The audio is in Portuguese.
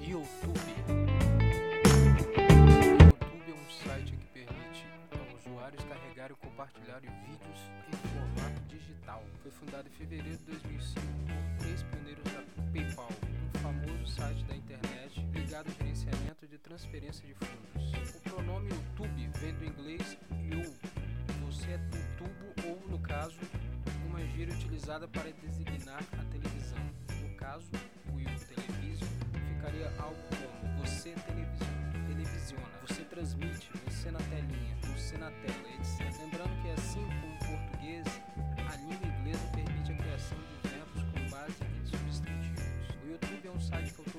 YouTube. O YouTube é um site que permite aos usuários carregarem e compartilharem vídeos em formato digital. Foi fundado em fevereiro de 2005 por 3 pioneiros da PayPal, um famoso site da internet ligado ao gerenciamento de transferência de fundos. O pronome YouTube vem do inglês you, você é um tubo ou, no caso, uma gíria utilizada para designar a televisão. No caso, o You Television ficaria algo como você televisiona, você transmite, você na telinha, você na tela, etc. Lembrando que assim como o português, a língua inglesa permite a criação de verbos com base em substantivos. O YouTube é um site que